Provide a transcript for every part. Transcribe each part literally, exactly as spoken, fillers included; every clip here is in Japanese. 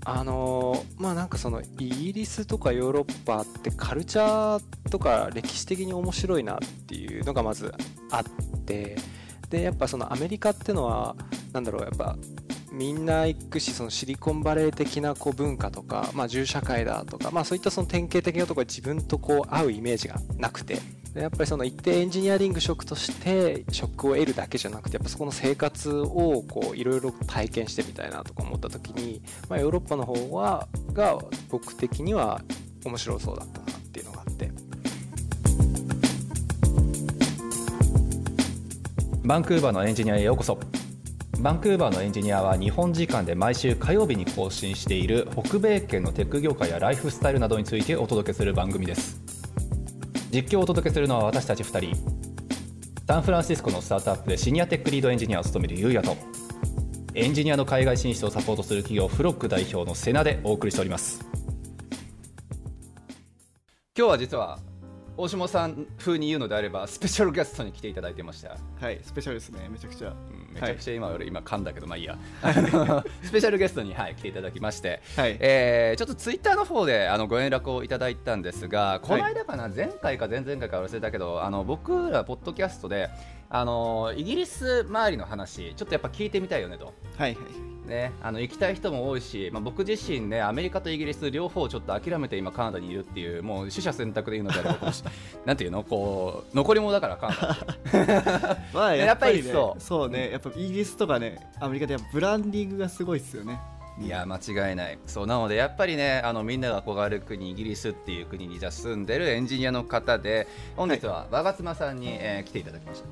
あのーまあなんかそのイギリスとかヨーロッパってカルチャーとか歴史的に面白いなっていうのがまずあって、でやっぱそのアメリカってのはなんだろう、やっぱみんな行くし、そのシリコンバレー的なこう文化とか、まあ、銃社会だとか、まあ、そういったその典型的なところ自分とこう合うイメージがなくて、でやっぱりその一定エンジニアリング職として職を得るだけじゃなくて、やっぱそこの生活をこういろいろ体験してみたいなとか思った時に、まあ、ヨーロッパの方はが僕的には面白そうだったなっていうのがあって。 バンクーバーのエンジニアへようこそ。バンクーバーのエンジニアは日本時間で毎週火曜日に更新している北米圏のテック業界やライフスタイルなどについてお届けする番組です。実況をお届けするのは私たちふたり、サンフランシスコのスタートアップでシニアテックリードエンジニアを務めるゆうやと、エンジニアの海外進出をサポートする企業フロック代表のセナでお送りしております。今日は実は大下さん風に言うのであればスペシャルゲストに来ていただいてました。 はい、スペシャルですね。めちゃくちゃ、うん、 めちゃくちゃ今、はい、俺今噛んだけどまあいいやスペシャルゲストに、はい、来ていただきまして、はい、えー、ちょっとツイッターの方であのご連絡をいただいたんですが、この間かな、はい、前回か前々回か忘れたけど、あの僕らポッドキャストであのイギリス周りの話ちょっとやっぱ聞いてみたいよねと。はいはいね、あの行きたい人も多いし、まあ、僕自身ねアメリカとイギリス両方ちょっと諦めて今カナダにいるっていう、もう取捨選択で言うのであればなんていうの、こう残り物だからカナダまあやっぱりね、そうそうね、やっぱイギリスとかねアメリカでやっぱブランディングがすごいですよね。 いや間違いない。そうなのでやっぱりね、あのみんなが憧れる国イギリスっていう国にじゃ住んでるエンジニアの方で、本日は我妻さんに、えー、来ていただきました。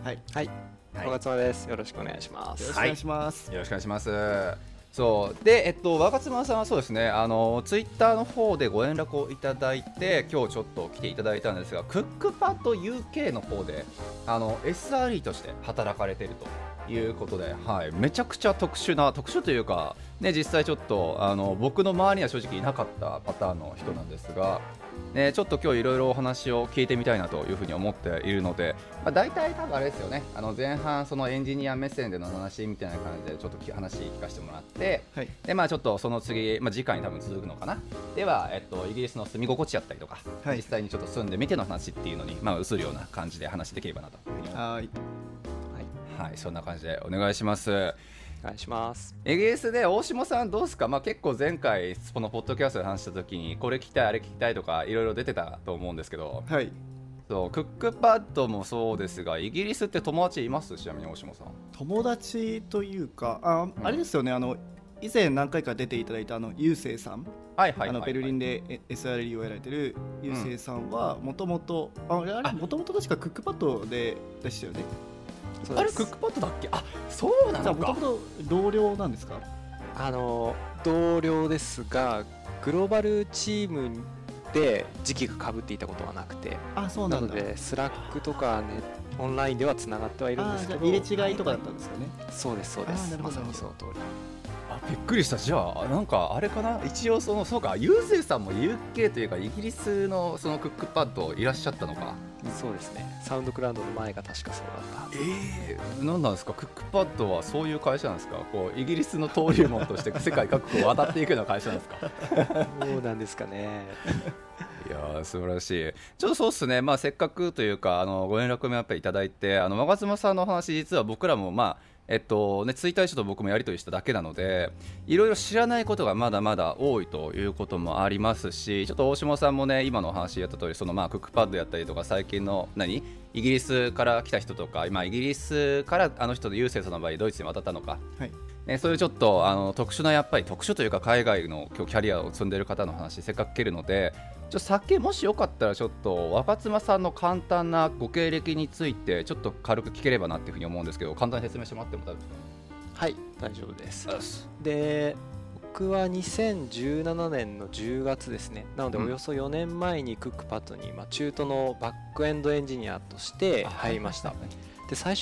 はいはい、我妻です。よろしくお願いします。 よろしくお願いします。 はい、よろしくお願いします。そうで、えっと、我妻さんはそうですね、あのツイッターの方でご連絡をいただいて今日ちょっと来ていただいたんですが、クックパッド ユーケー の方であの エスアールイー として働かれているということで、はい、めちゃくちゃ特殊な特殊というか、ね、実際ちょっとあの僕の周りには正直いなかったパターンの人なんですが、ね、ちょっと今日いろいろお話を聞いてみたいなというふうに思っているので、まあ、大体多分あれですよね、あの前半そのエンジニア目線での話みたいな感じでちょっと話聞かせてもらって、はい、でまあ、ちょっとその次、まあ、次回に多分続くのかな。では、えっと、イギリスの住み心地やったりとか、はい、実際にちょっと住んでみての話っていうのに、まあ、移るような感じで話できればなというふうに思って、はい、はい、そんな感じでお願いします。 お願いします。 イギリスで大下さんどうですか。まあ、結構前回このポッドキャストで話した時にこれ聞きたいあれ聞きたいとかいろいろ出てたと思うんですけど、はい、そうクックパッドもそうですがイギリスって友達います？ちなみに大下さん。 友達というか あ,、うん、あれですよね、あの以前何回か出ていただいたあのゆうせいさん、はいはいはいはい、あのベルリンで エスアールイー をやられてるゆうせいさんはもともともともと確かクックパッドででしたよね。 あれクックパッドだっけ。あ、そうなのか。 もともと同僚なんですか。 あの同僚ですがグローバルチームで時期が被っていたことはなくて、 あ、そうなんだ。 なのでスラックとか、ね、オンラインではつながってはいるんですけど、 入れ違いとかだったんですかね。 そうですそうです、まさにその通り。 あ、びっくりした。じゃあなんかあれかな、一応そのそうか、ゆうせいさんも ユーケー というかイギリスのそのクックパッドいらっしゃったのか。 そうですね、サウンドクラウドの前が確かそうだったはず。 えー、何なんですか、クックパッドはそういう会社なんですか。こうイギリスの登竜門として世界各国を渡っていくような会社なんですか。 そうなんですかね。 いや素晴らしい。ちょっとそうっすね、まあ、せっかくというかあのご連絡もやっぱりいただいて、あの我妻さんの話実は僕らもまあえっとね、ツイッターでちょっと僕もやり取りしただけなのでいろいろ知らないことがまだまだ多いということもありますし、ちょっと大下さんもね今のお話やった通り、そのまあクックパッドやったりとか最近の何イギリスから来た人とか、今イギリスからあの人のゆうせいさんの場合ドイツに渡ったのか、はいね、そういうちょっとあの特殊なやっぱり特殊というか海外のキャリアを積んでいる方の話せっかく聞けるので、ちょ先もしよかったらちょっと若妻さんの簡単なご経歴についてちょっと軽く聞ければなっていうふうに思うんですけど、簡単に説明してもらっても大丈夫ですか。 はい、大丈夫です。で僕はにせんじゅうななねんのじゅうがつですね。なのでおよそよねんまえにクックパッドに、まあ、中途のバックエンドエンジニアとして入りました。で最初クック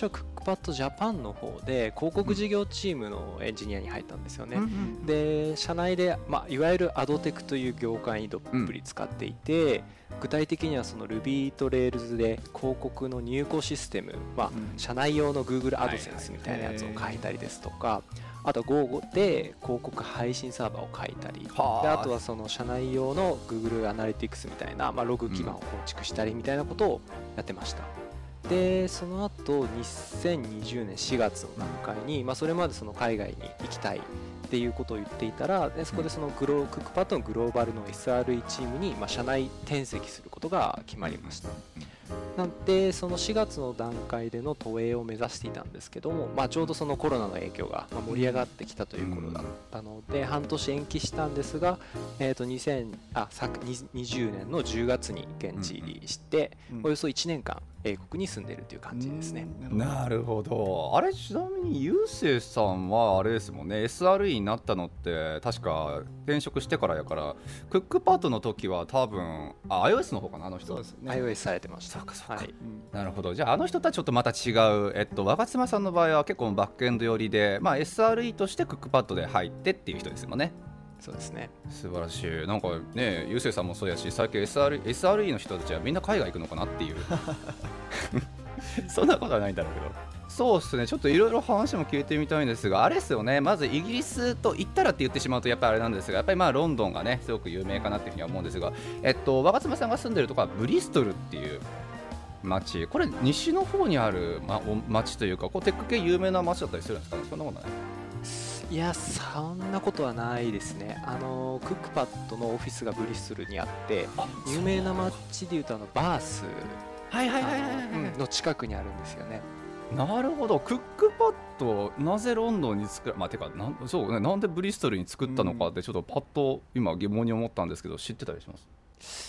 クパッドジャパンの方で広告事業チームのエンジニアに入ったんですよね、うんうん、で社内で、まあ、いわゆるアドテクという業界にどっぷり使っていて、うん具体的にはその Ruby と Rails で広告の入稿システム、まあ、社内用の Google AdSense みたいなやつを書いたりですとか、あと Go で広告配信サーバーを書いたり、であとはその社内用の Google Analytics みたいな、まあ、ログ基盤を構築したりみたいなことをやってました。でその後にせんにじゅうねんしがつの段階に、まあ、それまでその海外に行きたいっていうことを言っていたら、でそこでそのグロクックパッドのグローバルの エスアールイー チームに、まあ、社内転籍することが決まりました。なんでそのしがつの段階での投影を目指していたんですけども、まあ、ちょうどそのコロナの影響が盛り上がってきたという頃だったので半年延期したんですが、えー、とにせんあにじゅうねんのじゅうがつに現地入りしておよそいちねんかん英国に住んでいるという感じですね。 なるほど。あれちなみにゆうせいさんはあれですもんね、 エスアールイー になったのって確か転職してからやから、クックパッドの時は多分あ iOS の方かな、あの人。 そうですね、 iOS されてました。 そうかそうか、はい、なるほど。じゃああの人とはちょっとまた違う、えっと、若妻さんの場合は結構バックエンド寄りで、まあ、エスアールイー としてクックパッドで入ってっていう人ですもんね。 そうですね、 素晴らしい。なんかね、ゆうせいさんもそうやし、最近 エスアールイー、エスアールイー の人たちはみんな海外行くのかなっていうそんなことはないんだろうけど、そうですね、ちょっといろいろ話も聞いてみたいんですが、あれですよね、まずイギリスと言ったらって言ってしまうとやっぱりあれなんですが、やっぱりまあロンドンがねすごく有名かなっていうふうには思うんですが、えっと若妻さんが住んでるところはブリストルっていう町、これ西の方にある、ま、町というか、こうテック系有名な町だったりするんですかね。そんなことない？ いや、そんなことはないですね。あのクックパッドのオフィスがブリストルにあって、有名な町でいうとあのバースの近くにあるんですよね。 なるほど。クックパッドなぜロンドンに作る、まあ、てかなんそう、ね、なんでブリストルに作ったのかってちょっとパッと今疑問に思ったんですけど、知ってたりします？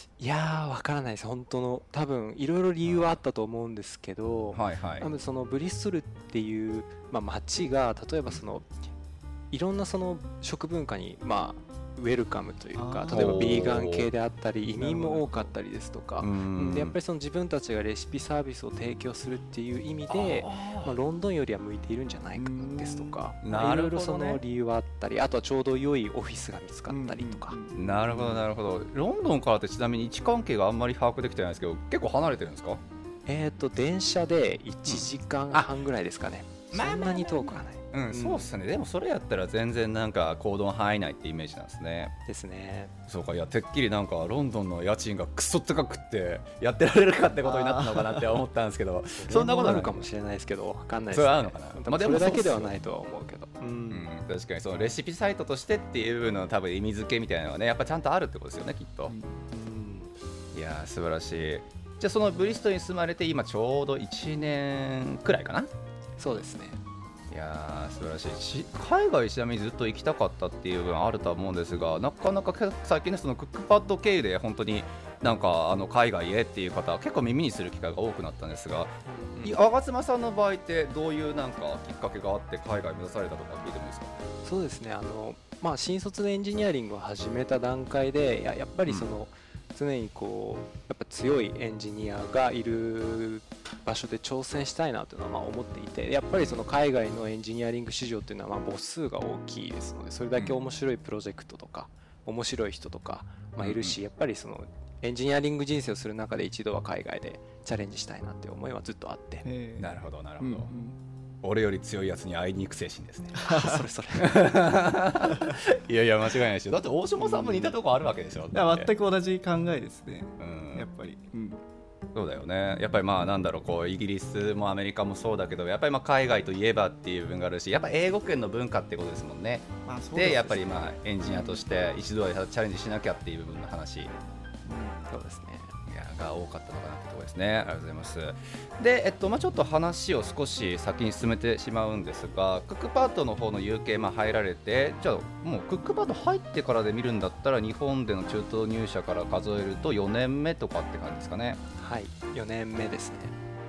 いやー、わからないです。本当の多分いろいろ理由はあったと思うんですけど、はいはい、多分そのブリストルっていう、まあ、町が例えばそのいろんなその食文化にまあウェルカムというか、例えばビーガン系であったり移民も多かったりですとかで、やっぱりその自分たちがレシピサービスを提供するっていう意味で、まあ、ロンドンよりは向いているんじゃないかですとか、いろいろその理由はあったり、あとはちょうど良いオフィスが見つかったりとか。 なるほどなるほど。ロンドンからってちなみに位置関係があんまり把握できてないんですけど、結構離れてるんですか？ えーと電車でいちじかんはんぐらいですかね、うん、そんなに遠くはない。 うん、そうっすね。でもそれやったら全然なんか行動範囲内ってイメージなんですね。 ですね。 そうか。いや、てっきりなんかロンドンの家賃がクソ高くってやってられるかってことになったのかなって思ったんですけどそんなことあるかもしれないですけど、分かんないですね。 それあるのかな。 まあ、でもそれだけではないとは思うけど、 うんうん、確かにそのレシピサイトとしてっていうの多分意味付けみたいなのはね、やっぱちゃんとあるってことですよね、きっと。うん、いや素晴らしい。じゃあそのブリストルに住まれて今ちょうどいちねんくらいかな。 そうですね。 いや素晴らしいし、海外ちなみにずっと行きたかったっていう部分あるとは思うんですが、なかなか最近ね、そのクックパッド経由で本当になんかあの海外へっていう方結構耳にする機会が多くなったんですが、うん、吾妻さんの場合ってどういうなんかきっかけがあって海外目指されたとか聞いてもいいですか？ そうですね、あの、まあ、新卒でエンジニアリングを始めた段階で や, やっぱりその、うん常にこうやっぱ強いエンジニアがいる場所で挑戦したいなというのはまあ思っていて、やっぱりその海外のエンジニアリング市場というのはまあ母数が大きいですので、それだけ面白いプロジェクトとか面白い人とかまあいるし、やっぱりそのエンジニアリング人生をする中で一度は海外でチャレンジしたいなっていう思いはずっとあって。 なるほどなるほど、うんうん、俺より強いやつに会いに行く精神ですねそれそれいやいや間違いないし、だって大島さんも似たとこあるわけでしょ。 いや全く同じ考えですね、うん、やっぱり、うん、 そうだよね。やっぱりまあなんだろう、こうイギリスもアメリカもそうだけど、やっぱりまあ海外といえばっていう部分があるし、やっぱ英語圏の文化ってことですもんね、まあ、そうです。でやっぱりまあエンジニアとして一度はチャレンジしなきゃっていう部分の話、うん、 そうですね、 が多かったのかなってところですね。ありがとうございます。で、えっとまあ、ちょっと話を少し先に進めてしまうんですが、クックパッドの方の ユーケー、まあ、入られて、じゃあもうクックパッド入ってからで見るんだったら日本での中途入社から数えるとよねんめとかって感じですかね。 はい、よねんめですね。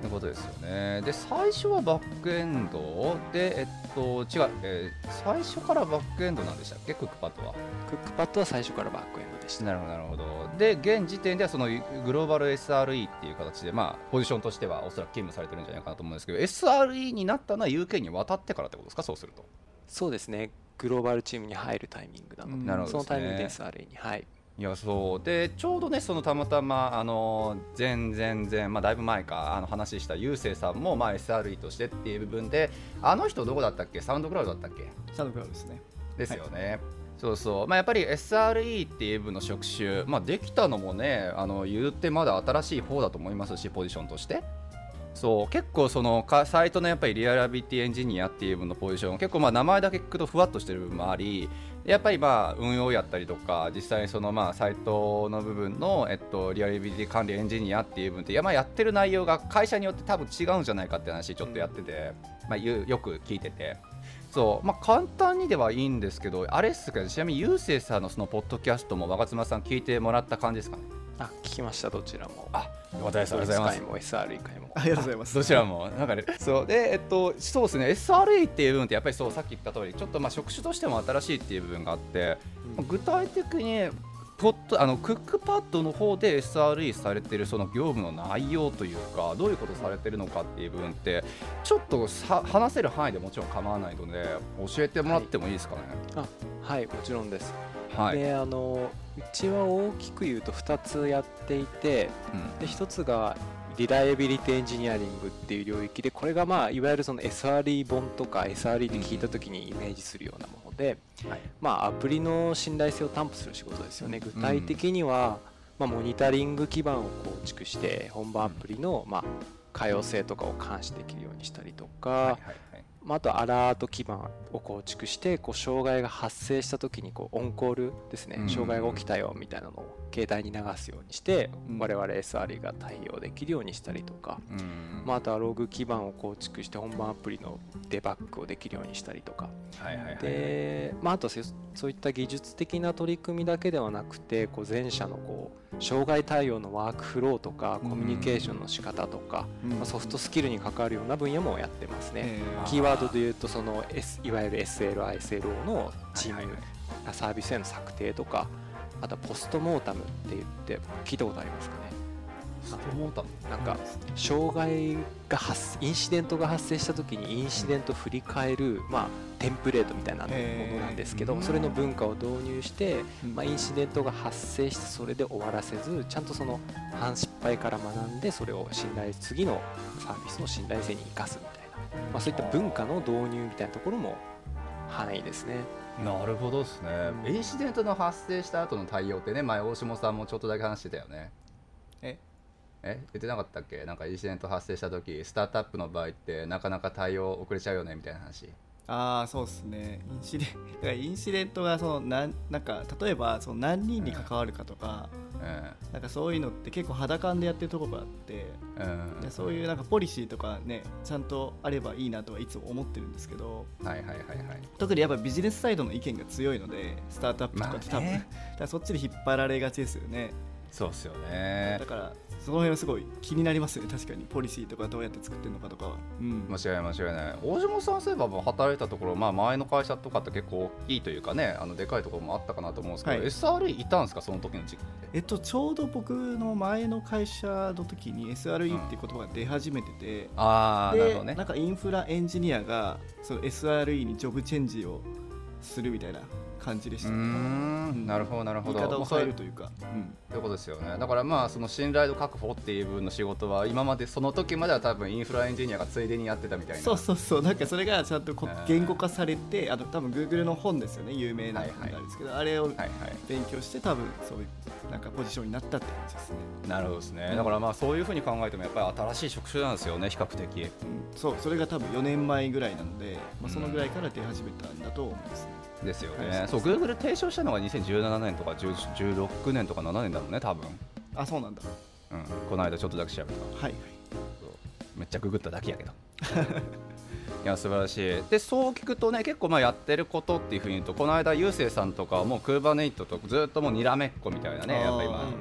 いうことですよね。で最初はバックエンドで、えっと違う、えー、最初からバックエンドなんでしたっけ、クックパッドは。 クックパッドは最初からバックエンドでした。 なるほどなるほど。で現時点ではそのグローバル エスアールイー っていう形で、まあポジションとしてはおそらく勤務されてるんじゃないかなと思うんですけど、 エスアールイー になったのは ユーケー に渡ってからってことですか。そうすると。 そうですね、グローバルチームに入るタイミングなので、うん、なるほどですね、そのタイミングで エスアールイー に、はい、 いやそうでちょうどね、そのたまたまあの前前前、まあ、だいぶ前かあの話したゆうせいさんも、まあ、エスアールイー としてっていう部分で、あの人どこだったっけ、サウンドクラウドだったっけ。 サウンドクラウドですね。 ですよね、はい、そうそう、まあ、やっぱり エスアールイー っていう部の職種、まあ、できたのもね、あの言ってまだ新しい方だと思いますし、ポジションとしてそう結構そのサイトのやっぱりリアラビリティエンジニアっていう部のポジション、結構まあ名前だけ聞くとふわっとしてる部分もあり、やっぱりまあ運用やったりとか、実際にそのまあサイトの部分のえっとリアラビリティ管理エンジニアっていう部分って、やまあやってる内容が会社によって多分違うんじゃないかって話ちょっとやってて、まあよく聞いてて、そうまあ簡単にではいいんですけど、あれっすか、ちなみにゆうせいさんのそのポッドキャストも若妻さん聞いてもらった感じですかね。 あ、聞きました、どちらも。 あ、よかったです。ありがとうございます。 も エスアールイー 回もありがとうございます。 どちらもなんかね、そうでえっとそうですね、 エスアールイー っていう部分ってやっぱりそうさっき言った通り、ちょっとまあ職種としても新しいっていう部分があって、うん、具体的にポッドあのクックパッドの方で エスアールイー されているその業務の内容というか、どういうことされているのかっていう部分ってちょっとさ話せる範囲でもちろん構わないので教えてもらってもいいですかね。 はい、あ、はい、もちろんです。 はい、 であのうちは大きく言うとふたつやっていて、うん、でひとつがリライビリティエンジニアリングっていう領域で、これがまあいわゆるその エスアールイー 本とか エスアールイー って聞いた時にイメージするようなもので、うん、はい、まあアプリの信頼性を担保する仕事ですよね。具体的には、まあ、モニタリング基盤を構築して本番アプリのまあ可用性とかを監視できるようにしたりとか、はいはいはい、まあ、あとアラート基盤を構築して、こう障害が発生した時にこうオンコールですね、障害が起きたよみたいなのを携帯に流すようにして、我々 エスアールイー が対応できるようにしたりとか、まあ、あとはログ基盤を構築して本番アプリのデバッグをできるようにしたりとか、で、まあ、あとそういった技術的な取り組みだけではなくて、こう前者のこう障害対応のワークフローとかコミュニケーションの仕方とか、まあ、ソフトスキルに関わるような分野もやってますね。キーワードでいうとその、S、いわゆる エスエルアイ、エスエルオー のチーム、はいはいはい、サービスへの策定とか、あとはポストモータムって言って聞いたことありますかね。 ポストモータムなんか障害が発インシデントが発生した時にインシデントを振り返る、まあ、テンプレートみたいなものなんですけど、それの文化を導入して、まあ、インシデントが発生してそれで終わらせず、ちゃんとその反失敗から学んで、それを信頼次のサービスの信頼性に生かすみたいな、まあ、そういった文化の導入みたいなところも範囲ですね。 なるほどですね、うん、インシデントの発生した後の対応ってね、前大下さんもちょっとだけ話してたよね。 ええ言ってなかったっけ、なんかインシデント発生した時スタートアップの場合ってなかなか対応遅れちゃうよねみたいな話。 ああ、そうですね。インシデンだからインシデントがそのなんなんか例えばその何人に関わるかとか、うん、なんかそういうのって結構肌感でやってるところがあって、うん、でそういうなんかポリシーとかねちゃんとあればいいなとはいつも思ってるんですけど、 はいはいはいはい、 特にやっぱビジネスサイドの意見が強いのでスタートアップとかって多分、まあね、だからそっちで引っ張られがちですよね。 そうですよね。 だからその辺はすごい気になりますね。確かにポリシーとかどうやって作ってるのかとかは、 うん、間違いない間違いない。大島さんそういえば働いたところ、まあ、前の会社とかって結構大きいというかね、あのでかいところもあったかなと思うんですけど、はい、エスアールイー いたんですか、その時の時期って。 えっとちょうど僕の前の会社の時に エスアールイー っていう言葉が出始めてて、 うん、ああなるほどね。 なんかインフラエンジニアがその エスアールイー にジョブチェンジをするみたいな感じでした、ね、うーん、なるほどなるほど。 言い方を変えるというか、 うん、ということですよね。だからまあその信頼度確保っていう部分の仕事は今までその時までは多分インフラエンジニアがついでにやってたみたいな。 そうそうそう、なんかそれがちゃんとこ言語化されて、あと多分 Google の本ですよね、有名な本なんですけど、はいはい、あれを勉強して多分そういうなんかポジションになったって感じですね。 なるほどですね。だからまあそういうふうに考えてもやっぱり新しい職種なんですよね、比較的、うん、 そう、それが多分よねんまえぐらいなので、まあ、そのぐらいから出始めたんだと思いますね。 ですよね。はい、そう Google 提唱したのがにせんじゅうななねんとかじゅうろくねんとかななねんだろうね多分。 あ、そうなんだ。 うん、この間ちょっとだけ調べた。 はいはい。 めっちゃググっただけやけど。いや素晴らしい。でそう聞くとね、結構まあやってることっていうふうに言うと、この間ゆうせいさんとかはもう Kubernetes とずっともうにらめっこみたいなね、やっぱ今、はい、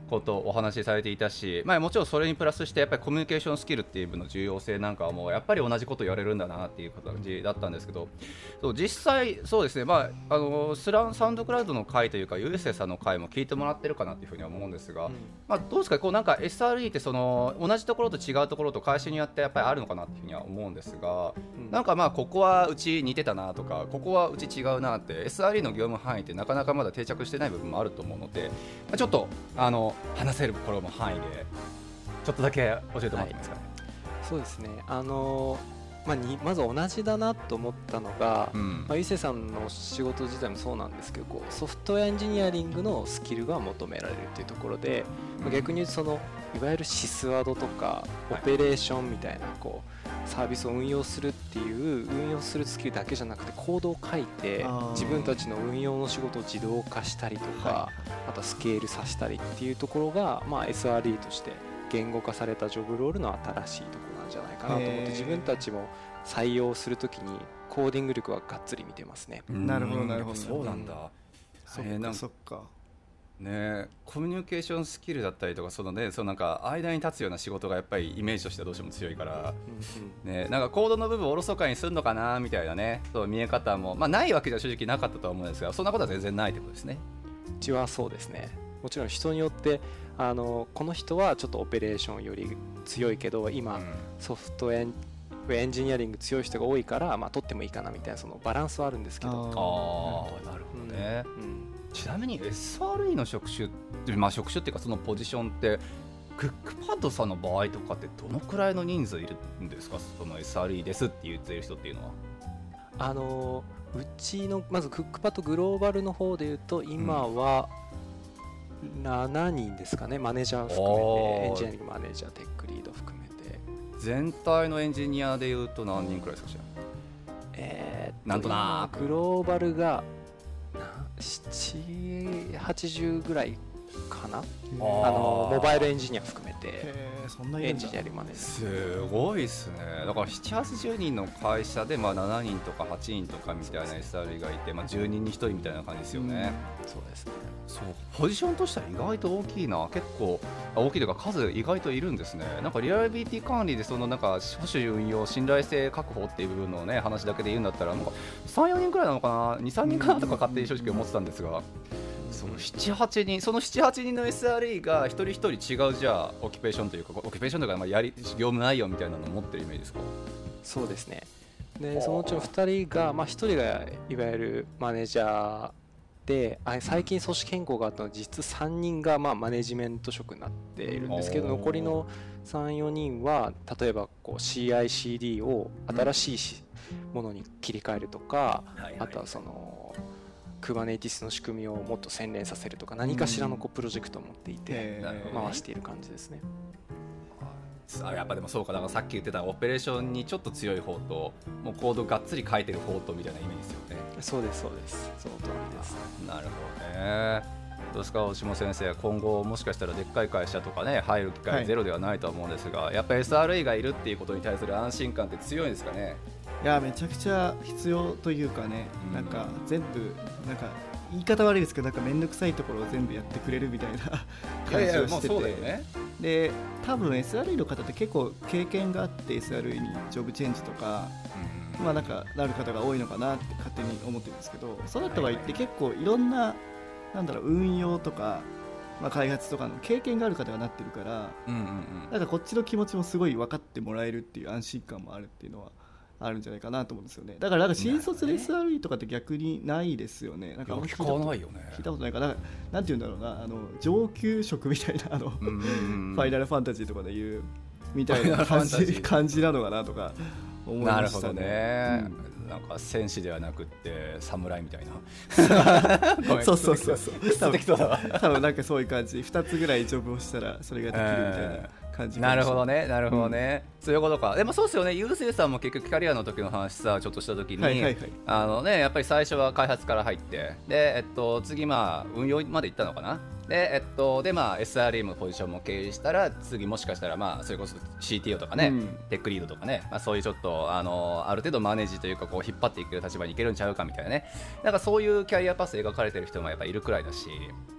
ことをお話しされていたし、まあ、もちろんそれにプラスしてやっぱりコミュニケーションスキルっていう部分の重要性なんかはもうやっぱり同じこと言われるんだなっていう感じだったんですけど、そう実際そうですね、まあ、あのスランサウンドクラウドの回というかゆうせいさんの回も聞いてもらってるかなっていうふうには思うんですが、うん、まあ、どうですか、こうなんか エスアールイー ってその同じところと違うところと会社によってやっぱりあるのかなっていうふうには思うんですが、うん、なんかまあここはうち似てたなとかここはうち違うなって エスアールイー の業務範囲ってなかなかまだ定着してない部分もあると思うので、まあ、ちょっとあの話せるところも範囲でちょっとだけ教えてもらっていいですか。はい、 そうですね、あのまあ、にまず同じだなと思ったのが、うん、まあ、伊勢さんの仕事自体もそうなんですけど、こうソフトウェアエンジニアリングのスキルが求められるというところで、うん、逆に言うとそのいわゆるシスワードとかオペレーションみたいなこうサービスを運用するっていう運用するスキルだけじゃなくてコードを書いて自分たちの運用の仕事を自動化したりとか、あとはスケールさせたりっていうところが、まあ、エスアールイー として言語化されたジョブロールの新しいところなんじゃないかなと思って、自分たちも採用するときにコーディング力はがっつり見てますね。 なるほどなるほど、 そうなんだ。 そっかそっかね、コミュニケーションスキルだったりとかその、ね、そのなんか間に立つような仕事がやっぱりイメージとしてはどうしても強いから、うんうん、ね、なんかコードの部分をおろそかにするのかなみたいなね、そう見え方も、まあ、ないわけじゃ正直なかったとは思うんですが、そんなことは全然ないってことですね。 うちはそうですね。もちろん人によってあのこの人はちょっとオペレーションより強いけど今、うん、ソフトウェアエンジニアリング強い人が多いから、まあ、取ってもいいかなみたいなそのバランスはあるんですけど。 ああ、なるほどね、うんうん、ちなみに エスアールイー の職種、まあ、職種っていうかそのポジションってクックパッドさんの場合とかってどのくらいの人数いるんですか、その エスアールイー ですって言ってる人っていうのは。 あのうちのまずクックパッドグローバルの方でいうと今はななにんですかね、マネージャー含めてエンジニアリングマネージャーテックリード含めて全体のエンジニアでいうと何人くらいですか。 えー、 なんとなくグローバルがななじゅうはちじゅうぐらいかな、あのモバイルエンジニア含めてそんなエンジニアリングマネージャーすごいですね。だからななじゅうはちじゅうにんの会社でまあななにんとかはちにんとかみたいな エスアールイー がいて、まあ、じゅうにんにひとりみたいな感じですよね、 うん、そうですね。 そうポジションとしては意外と大きいな、結構大きいというか数意外といるんですね。なんかリアリビリティ管理でそのなんか保守運用信頼性確保っていう部分のね話だけで言うんだったらなんかさん、よにんくらいなのかな、に、さんにんかなとか勝手に正直思ってたんですが、そのなな、はちにんそのなな、はちにんの エスアールイー が一人一人違うじゃあオキュペーションというかオキュペーションというかまあやり業務内容みたいなのを持ってるイメージですか。 そうですね。でそのうちのふたりが、まあ、ひとりがいわゆるマネージャーで、最近組織変更があったので実質さんにんがまあマネジメント職になっているんですけど、残りのさん、よにんは例えばこう シーアイシーディー を新しいものに切り替えるとか、あとはそのKubernetes の仕組みをもっと洗練させるとか何かしらのこうプロジェクトを持っていて回している感じですね。 あやっぱでもそうか、だからさっき言ってたオペレーションにちょっと強い方ともうコードがっつり書いてる方とみたいなイメージですよね。 そうですそうです、その通りです。 なるほどね。どうですか大下先生、今後もしかしたらでっかい会社とかね入る機会ゼロではないとは思うんですが、はい、やっぱり エスアールイー がいるっていうことに対する安心感って強いんですかね。 いやめちゃくちゃ必要というかね、うん、なんか全部なんか言い方悪いですけどなんか面倒くさいところを全部やってくれるみたいな感じをしてて、いやいや、まあそうだよね。で多分 エスアールイー の方って結構経験があって エスアールイー にジョブチェンジとか、うん、まあなんかなる方が多いのかなって勝手に思ってるんですけど、そうだった場合って結構いろんななんだろう運用とか、まあ、開発とかの経験がある方がなってるから、うんうんうん、なんかこっちの気持ちもすごい分かってもらえるっていう安心感もあるっていうのはあるんじゃないかなと思うんですよね。だからなんか新卒で エスアールイー とかって逆にないですよね。なんか聞かないよね。 聞いたことないから、なんていうんだろうな、あの上級職みたいなあのファイナルファンタジーとかでいうみたいな感じ感じなのかなとか思いましたね。なるほどね。 うん、なんか戦士ではなくって侍みたいな。 そうそうそうそう。多分多分なんかそういう感じ。ふたつぐらいジョブをしたらそれができるみたいな。えーなるほどね、なるほどね、うん、そういうことか。でもそうですよね、ゆうせいさんも結局キャリアの時の話さちょっとした時に、はいはいはい、あのね、やっぱり最初は開発から入ってで、えっと、次まあ運用まで行ったのかな。で、えっと、でまあ エスアールイー のポジションも経営したら次もしかしたらまあそれこそ シーティーオー とかね、うん、テックリードとかね、まあ、そういうちょっと あのある程度マネージというかこう引っ張っていく立場にいけるんちゃうかみたいなね、なんかそういうキャリアパス描かれてる人もやっぱいるくらいだし、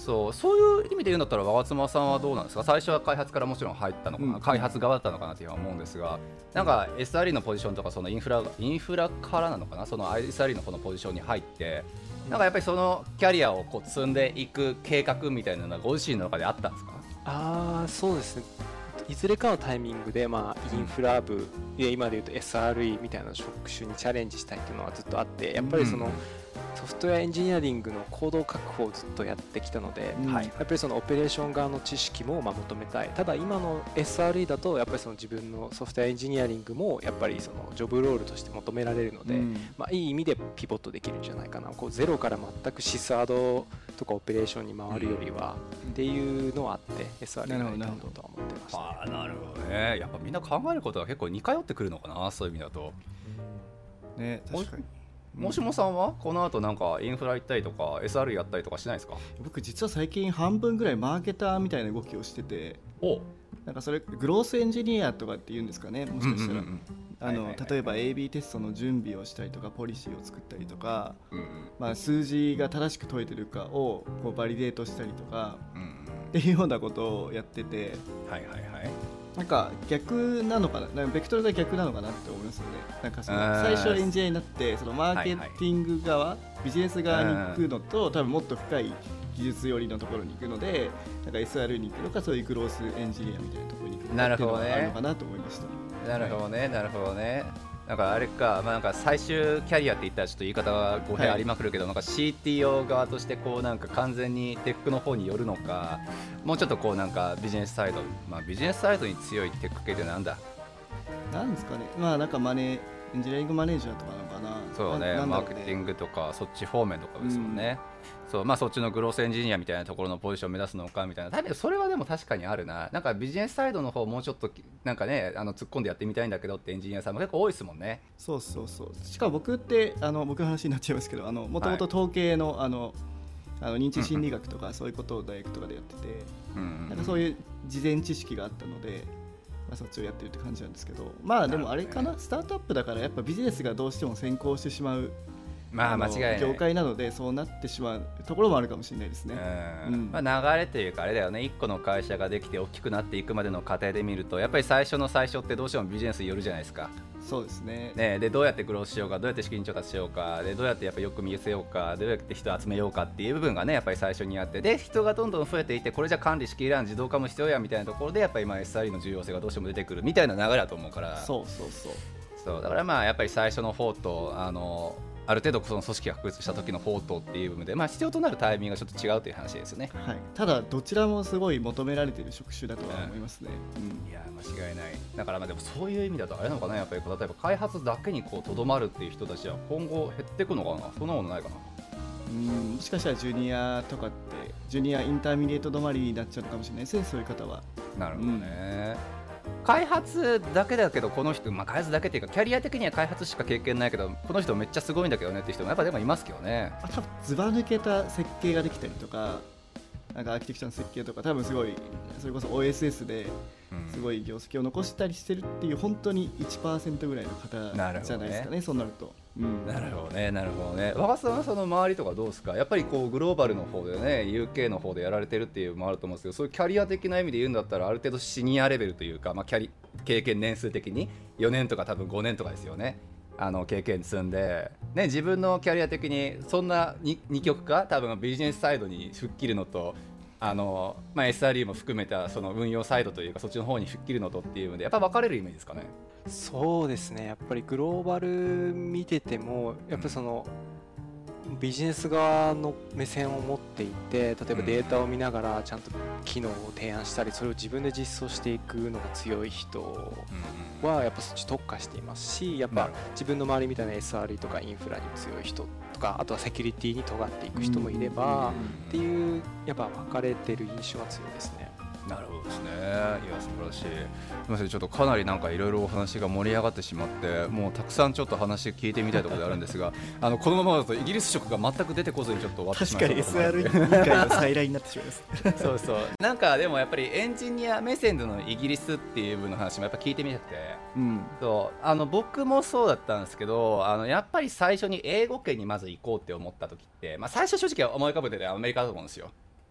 そう、そういう意味で言うんだったら我妻さんはどうなんですか。最初は開発からもちろん入ったのかな、うん、開発側だったのかなっていう思うんですが、なんか エスアールイー のポジションとかそのインフラインフラからなのかな、その エスアールイー のこのポジションに入ってなんかやっぱりそのキャリアをこう積んでいく計画みたいなのがご自身の中であったんですか。 あー、そうですね、いずれかのタイミングで、まあ、インフラ部、今でいうと エスアールイー みたいな職種にチャレンジしたいっていうのはずっとあって、やっぱりその、うん、ソフトウェアエンジニアリングのコード確保をずっとやってきたので、うん、やっぱりそのオペレーション側の知識もまあ求めたい。ただ今の エスアールイー だとやっぱりその自分のソフトウェアエンジニアリングもやっぱりそのジョブロールとして求められるので、うん、まあ、いい意味でピボットできるんじゃないかな。こうゼロから全くシスアドとかオペレーションに回るよりは、うん、っていうのはあって エスアールイー になりたいとは思ってました、ね。 あ、なるほどね。やっぱみんな考えることが結構似通ってくるのかな、そういう意味だと。 ね、確かに。 もしもさんはこの後なんかインフラ行ったりとか エスアール やったりとかしないですか。 僕実は最近半分ぐらいマーケターみたいな動きをしてて、おなんかそれグロースエンジニアとかって言うんですかね、もしかしたら、うんうんうん、あの、はいはいはいはい、例えば エービー テストの準備をしたりとかポリシーを作ったりとか、うんうん、まあ、数字が正しく解いてるかをこうバリデートしたりとか、うんうん、っていうようなことをやってて、はいはいはい、なんか逆なのかな、なんかベクトルが逆なのかなって思いますよね。なんかその最初はエンジニアになってそのマーケティング側、はいはい、ビジネス側に行くのと多分もっと深い技術寄りのところに行くので、なんか エスアール に行くのかそういうグロースエンジニアみたいなところに行くのかっていうのがあるのかなと思いました。 なるほどね、なるほどね。なんかあれか、まあ、なんか最終キャリアって言ったらちょっと言い方が語弊ありまくるけど、はい、なんか シーティーオー 側としてこうなんか完全にテックの方に寄るのか、もうちょっとこうなんかビジネスサイド、まあ、ビジネスサイドに強いテック系ってなんだなんですかね。まあなんかマネエンジニアリングマネージャーとかなのかな。 そうね、マーケティングとかそっち方面とかですもんね、うん、そう、まあ、そっちのグロースエンジニアみたいなところのポジションを目指すのかみたいな、多分それはでも確かにあるな。なんかビジネスサイドの方もうちょっとなんかね、あの突っ込んでやってみたいんだけどってエンジニアさんも結構多いですもんね。 そうそうそう。しかも僕ってあの僕の話になっちゃいますけど、もともと統計の、はい、あのあの認知心理学とかそういうことを大学とかでやってて、うん、なんかそういう事前知識があったので、まあ、そっちをやってるって感じなんですけど、まあでもあれかな、スタートアップだからやっぱビジネスがどうしても先行してしまう、 まあ間違いない業界なのでそうなってしまうところもあるかもしれないですね。 うん、まあ、流れというかあれだよね、いっこの会社ができて大きくなっていくまでの過程で見るとやっぱり最初の最初ってどうしてもビジネスによるじゃないですか。 そうですね。 ね、でどうやってグロースしようか、どうやって資金調達しようか、でどうやってやっぱよく見せようか、どうやって人を集めようかっていう部分がねやっぱり最初にあって、で人がどんどん増えていって、これじゃ管理しきれない自動化も必要やみたいなところでやっぱり今 エスアールイー の重要性がどうしても出てくるみたいな流れだと思うから。 そうそうそう。 そうだからまあやっぱり最初の方とあのある程度その組織が確立した時の方とっていう部分で、まあ、必要となるタイミングがちょっと違うという話ですよね。 はい、ただどちらもすごい求められている職種だとは思いますね。 うん、いや間違いない。だからまあでもそういう意味だとあれなのかな、やっぱり例えば開発だけにこうとどまるっていう人たちは今後減っていくのかな。そんなことないかな。 うん、もしかしたらジュニアとかってジュニアインターミディエート止まりになっちゃうかもしれないですね、そういう方は。 なるほどね。うん、開発だけだけどこの人、まあ、開発だけっていうかキャリア的には開発しか経験ないけどこの人めっちゃすごいんだけどねっていう人もやっぱでもいますけどね。 あ、多分ずば抜けた設計ができたりとか、なんかアーキテクチャの設計とか多分すごいそれこそ オーエスエス ですごい業績を残したりしてるっていう本当に いちパーセント ぐらいの方じゃないですか ね, ねそうなると。うん、 なるほどね、なるほどね。若狭さんはその周りとかどうですか。やっぱりこうグローバルの方でね ユーケー の方でやられてるっていうのもあると思うんですけど、そういうキャリア的な意味で言うんだったらある程度シニアレベルというか、まあ、キャリ経験年数的によねんとか多分ごねんとかですよね。あの経験積んで、ね、自分のキャリア的にそんな 2, 2極か多分ビジネスサイドに吹っ切るのとあの、まあ、エスアールイー も含めたその運用サイドというかそっちの方に吹っ切るのとっていうのでやっぱ分かれるイメージですかね。 そうですね、やっぱりグローバル見ててもやっぱりその、うん、ビジネス側の目線を持っていて、例えばデータを見ながらちゃんと機能を提案したりそれを自分で実装していくのが強い人はやっぱそっち特化していますし、やっぱ自分の周りみたいな エスアールイー とかインフラに強い人とか、あとはセキュリティに尖っていく人もいればっていうやっぱ分かれてる印象が強いですね。 なるほどですね。いや素晴らしい。すみません、ちょっとかなりなんかいろいろお話が盛り上がってしまってもうたくさんちょっと話聞いてみたいところであるんですがあのこのままだとイギリス色が全く出てこずにちょっと終わってしまいました。 確かに エスアールイー 界の再来になってしまいますそうそう、なんかでもやっぱりエンジニア目線でのイギリスっていう部分の話もやっぱ聞いてみたくて、うん、そうあの僕もそうだったんですけど、あのやっぱり最初に英語圏にまず行こうって思った時って、まあ、最初正直思い浮かべててアメリカだと思うんですよ。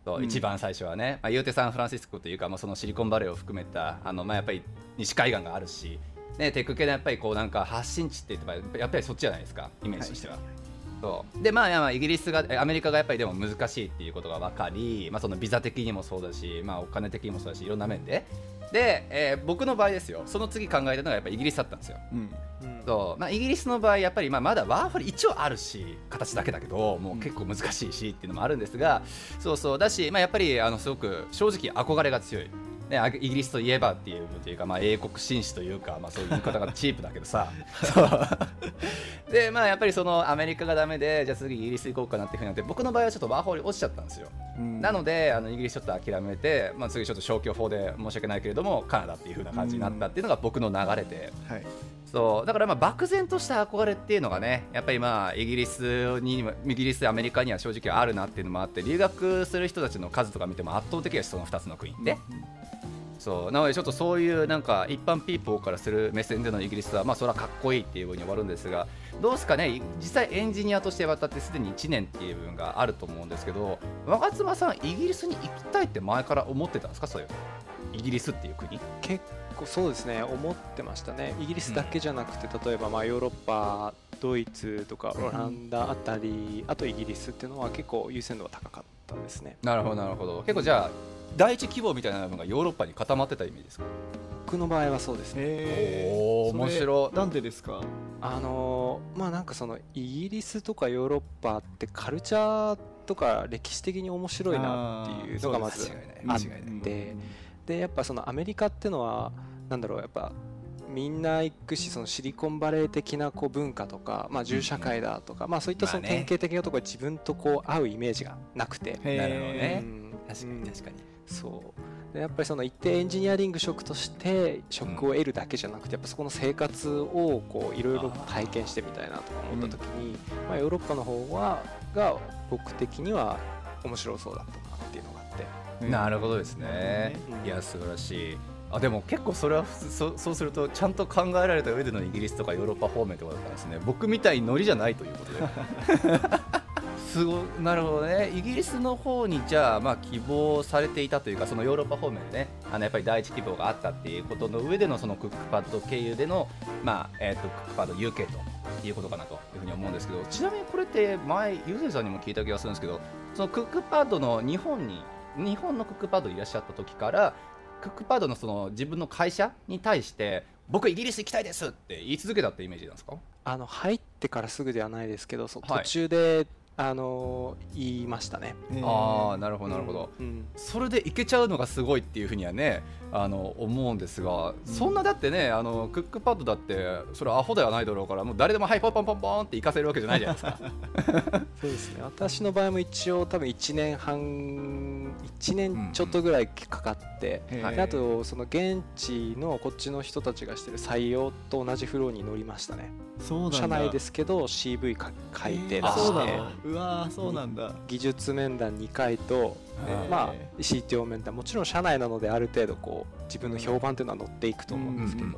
そう一番最初はね、まあ、言うてサンフランシスコというか、まあ、そのシリコンバレーを含めたあの、まあ、やっぱり西海岸があるし、ね、テック系のやっぱりこうなんか発信地って言ってもやっぱりそっちじゃないですか、イメージとしては、はい、そうで、まあ、まあイギリスがアメリカがやっぱりでも難しいっていうことが分かり、まあ、そのビザ的にもそうだし、まあ、お金的にもそうだし、いろんな面でで、えー、僕の場合ですよ、その次考えたのがやっぱりイギリスだったんですよ、うんそうまあ、イギリスの場合やっぱりまあまだワーホリ一応あるし形だけだけどもう結構難しいしっていうのもあるんですが、そうそうだし、まあ、やっぱりあのすごく正直憧れが強い、ね、イギリスといえばっていうというか、まあ、英国紳士というか、まあ、そういう言い方がチープだけどさそうで、まあ、やっぱりそのアメリカがダメでじゃあ次イギリス行こうかなっていうふうになって、僕の場合はちょっとワーホリ落ちちゃったんですよ、うん、なのであのイギリスちょっと諦めて、まあ、次ちょっと消去法で申し訳ないけれどもカナダっていうふうな感じになったっていうのが僕の流れで、うんはい、そうだからまあ漠然とした憧れっていうのがねやっぱりまあイギリスにイギリスアメリカには正直あるなっていうのもあって、留学する人たちの数とか見ても圧倒的ですそのふたつの国って、うん、そうなのでちょっとそういうなんか一般ピーポーからする目線でのイギリスはまあそれはかっこいいっていう部分に終わるんですが、どうですかね、実際エンジニアとして渡ってすでにいちねんっていう部分があると思うんですけど、若妻さんイギリスに行きたいって前から思ってたんですか？そういうイギリスっていう国結構そうですね思ってましたね。イギリスだけじゃなくて、うん、例えばまあヨーロッパ、ドイツとかオランダあたり、あとイギリスっていうのは結構優先度が高かったですね。 なるほどなるほど。結構じゃあ第一希望みたいなのがヨーロッパに固まってた意味ですか？ 僕の場合はそうですね。 おー面白い。なんでですか？ あのー、まあなんかそのイギリスとかヨーロッパってカルチャーとか歴史的に面白いなっていうのがまずあって、でやっぱそのアメリカってのはなんだろう、やっぱみんな行くし、そのシリコンバレー的なこう文化とか、まあ、銃社会だとか、まあ、そういったその典型的なところで自分とこう合うイメージがなくて、 なるほどね、うん、確かに確かに、 そうでやっぱりその一定エンジニアリング職として職を得るだけじゃなくて、やっぱそこの生活をこういろいろ体験してみたいなとか思った時に、まあ、ヨーロッパの方はが僕的には面白そうだったなっていうのがあって、 なるほどですね、うん、いや素晴らしい。あでも結構それは そ, そうするとちゃんと考えられた上でのイギリスとかヨーロッパ方面とかだったんですね。僕みたいにノリじゃないということですごなるほどね。イギリスの方にじゃあ、まあ、希望されていたというか、そのヨーロッパ方面でね、あのやっぱり第一希望があったっていうことの上でのそのクックパッド経由での、まあえー、とクックパッド ユーケー ということかなというふうに思うんですけど、ちなみにこれって前ゆうせいさんにも聞いた気がするんですけど、そのクックパッドの日本に日本のクックパッドにいらっしゃった時からクックパッド の, その自分の会社に対して僕イギリス行きたいですって言い続けたってイメージなんですか？ あの入ってからすぐではないですけど、そ途中で、はい、あの言いましたね。 ああなるほどなるほど、うん、それでいけちゃうのがすごいっていうふうにはねあの思うんですが、うん、そんなだってねあのクックパッドだってそれアホではないだろうから、もう誰でもはいポンポンポンポンって行かせるわけじゃないじゃないですかそうですね、私の場合も一応多分いちねんはんいちねんちょっとぐらいかかって、うんうん、であとその現地のこっちの人たちがしてる採用と同じフローに乗りましたね。 そうなんだ、 社内ですけど シーブイ 書いて出して、 うわそうなんだ、 技術面談にかいと、まあ シーティーオー 面談、もちろん社内なのである程度こう自分の評判というのは乗っていくと思うんですけど、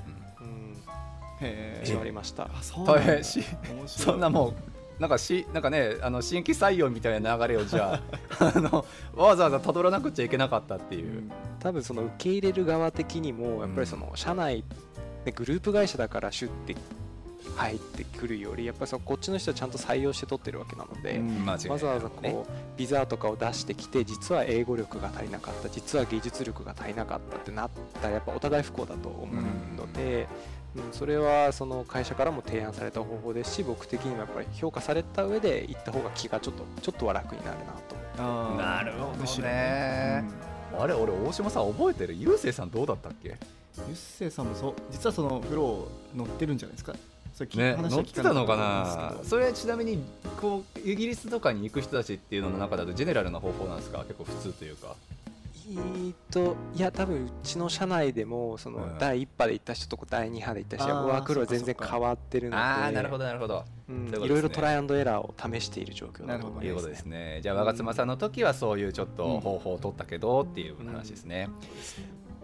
始まりました。 大変しそんなもうなんかしなんかねあの新規採用みたいな流れをじゃああのわざわざたどらなくちゃいけなかったっていう、うん、 多分その受け入れる側的にもやっぱりその社内でグループ会社だからシュッて入ってくるより、やっぱりそのこっちの人はちゃんと採用して取ってるわけなので、うん、わざわざこうビザとかを出してきて実は英語力が足りなかった、実は技術力が足りなかったってなったらやっぱお互い不幸だと思うので、うんうん、それはその会社からも提案された方法ですし、僕的にもやっぱり評価された上で行った方が気がちょっとちょっとは楽になるなと思って。 なるほどね、うん、あれ俺大島さん覚えてる？ゆうせいさんどうだったっけ？ ゆうせいさんもそう実はそのフロー乗ってるんじゃないですかね、乗ってたのかな。それちなみにこうイギリスとかに行く人たちっていうのの中だとジェネラルな方法なんですか？結構普通というか。 えーといや多分うちの社内でもそのだいいっ波で行った人とだいに波で行った人はワークロー全然変わってるので、 ああなるほどなるほど、 うん、いろいろトライアンドエラーを試している状況だと思いますね。 いうことですね。じゃあ若妻さんの時はそういうちょっと方法を取ったけどっていう話ですね、うん、そうですね。いや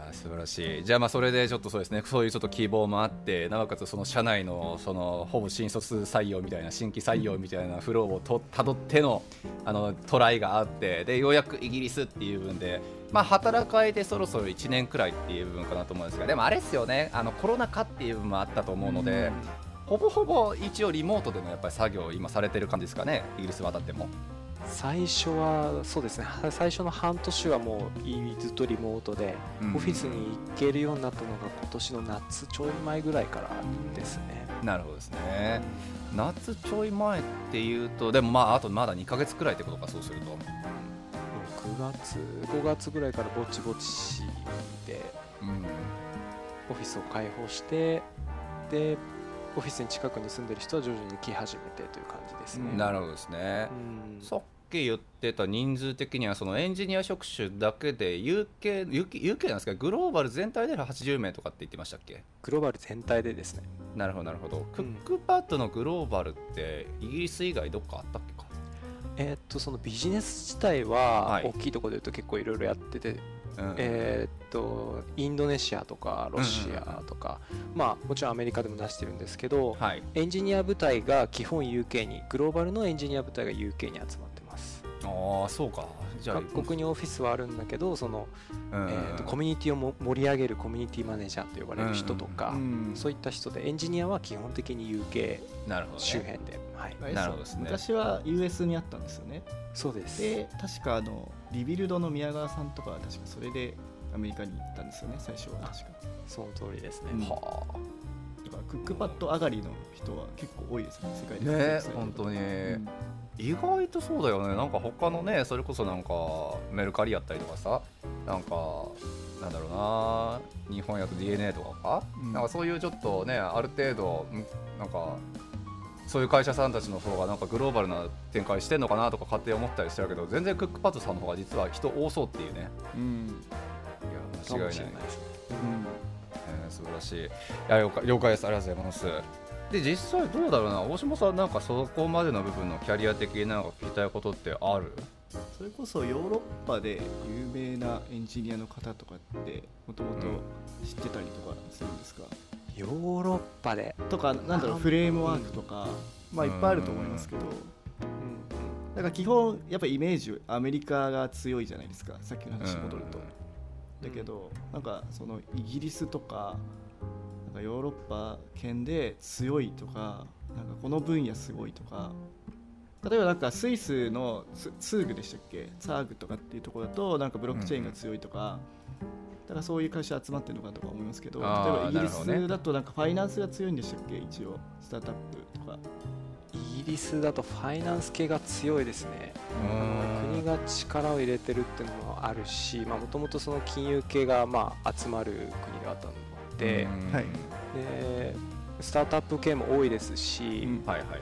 ー素晴らしい。じゃあまあそれでちょっとそうですね、そういうちょっと希望もあって、なおかつその社内のそのほぼ新卒採用みたいな、新規採用みたいなフローをとたどってのあのトライがあって、でようやくイギリスっていう部分で、まあ、働かれてそろそろいちねんくらいっていう部分かなと思うんですが、でもあれですよね、あのコロナ禍っていう部分もあったと思うので、ほぼほぼ一応リモートでのやっぱり作業を今されてる感じですかね、イギリス渡っても。 最初はそうですね、最初の半年はもうずっとリモートで、うん、オフィスに行けるようになったのが今年の夏ちょい前ぐらいからですね。 なるほどですね。夏ちょい前っていうと、でもまああとまだにかげつくらいってことか、そうするとくがつごがつぐらいからぼちぼちで、うん、オフィスを開放して、でオフィスに近くに住んでる人は徐々に来始めてという感じですね。 なるほどですね、うん、さっき言ってた人数的にはそのエンジニア職種だけで ユーケー, ユーケーなんですか、グローバル全体ではちじゅうめいとかって言ってましたっけ？ グローバル全体でですね。 なるほどなるほど、うん、クックパッドのグローバルってイギリス以外どっかあったっけか？ えー、っとそのビジネス自体は大きいところでいうと結構いろいろやってて、うん、えー、っとインドネシアとかロシアとか、うんうん、まあもちろんアメリカでも出してるんですけど、はい、エンジニア部隊が基本 ユーケー に、グローバルのエンジニア部隊が ユーケー に集まってます。 ああそうか。 じゃあ各国にオフィスはあるんだけど、その、うんえー、とコミュニティをも盛り上げるコミュニティマネージャーと呼ばれる人とか、うん、そういった人で、エンジニアは基本的に ユーケー 周辺で、 はい、なるほどですね。昔は ユーエス にあったんですよね。 そうです。 で確かあのリビルドの宮川さんとかは確かそれでアメリカに行ったんですよね、最初は。確かその通りですね、 うん、はあ。だからクックパッド上がりの人は結構多いですね、世界でね。本当に、うん、意外とそうだよね。なんか他のね、それこそなんかメルカリやったりとかさ、なんかなんだろうな、日本やと ディーエヌエー とかか、うん、なんかそういうちょっとね、ある程度なんかそういう会社さんたちの方がなんかグローバルな展開してんのかなとか勝手に思ったりしてるけど、全然クックパッドさんの方が実は人多そうっていうね。うん、いや間違いないですね。うん、えー、素晴らしい。いや了解、了解です。ありがとうございます。で実際どうだろうな、大島さん、なんかそこまでの部分のキャリア的になんか聞きたいことってある？ それこそヨーロッパで有名なエンジニアの方とかってもともと知ってたりとかするんですか？ うん、ヨーロッパでとか、なんだろう、フレームワークとか、うん、まあいっぱいあると思いますけど、うん、だから基本やっぱイメージアメリカが強いじゃないですか、さっきの話に戻ると。うん、だけどなんかそのイギリスとかなんかヨーロッパ圏で強いとか、なんかこの分野すごいとか、例えばなんかスイスのツーグでしたっけ、ツァーグとかっていうところだとなんかブロックチェーンが強いとか、だからそういう会社集まってるのかとか思いますけど、例えばイギリスだとなんかファイナンスが強いんでしたっけ、一応スタートアップとか。 イギリスだとファイナンス系が強いですね。国が力を入れてるっていうのもあるし、もともとその金融系がまあ集まる国だったので、はい、でスタートアップ系も多いですし、うん、はいはいはい、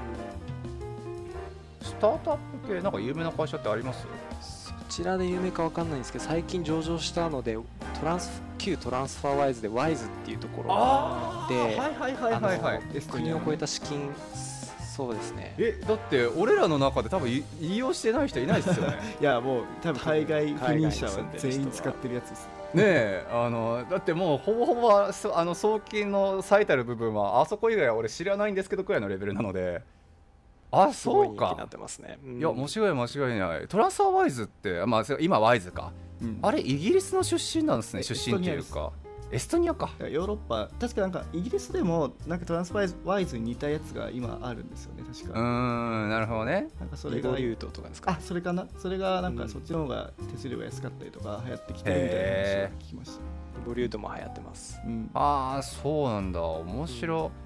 うん、スタートアップ系なんか有名な会社ってあります？ そちらで有名か分かんないんですけど、最近上場したのでトランス旧トランスファーワイズでワイズっていうところで国を超えた資金、そうですね。 えだって俺らの中で多分利用してない人いないですよね。 いやもう多分海外赴任者は全員使ってるやつです。 ねえ、あのだってもうほぼほぼあの送金の最たる部分はあそこ以外は俺知らないんですけどくらいのレベルなので。あ、そうか。 なってますね。うん、 いや間違い間違いない。トランスファーワイズって、まあ、今ワイズか、うん、あれイギリスの出身なんですね。出身っていうかエストニアか。 ヨーロッパ、確かなんかイギリスでもなんかトランスファーワイズに似たやつが今あるんですよね、確か。 うーん、なるほどね。 なんかそれがリボリュートとかですか。あ、それかな。それがなんかそっちの方が手数料が安かったりとか流行ってきてるみたいな話を聞きました。リボリュートも流行ってます。 うん、ああ、そうなんだ。面白い。うん、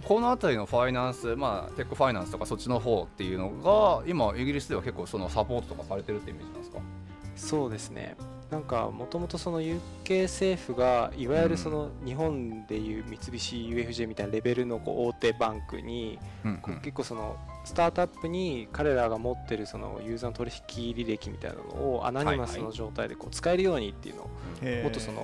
このあたりのファイナンス、まあテックファイナンスとかそっちの方っていうのが今イギリスでは結構そのサポートとかされてるってイメージなんですか？ そうですね。なんかもともとその ユーケー 政府がいわゆるその日本でいう三菱 ユーエフジェー みたいなレベルのこう大手バンクに、うんうん、結構そのスタートアップに彼らが持ってるそのユーザーの取引履歴みたいなのをアナニマスの状態でこう使えるようにっていうのをもっとその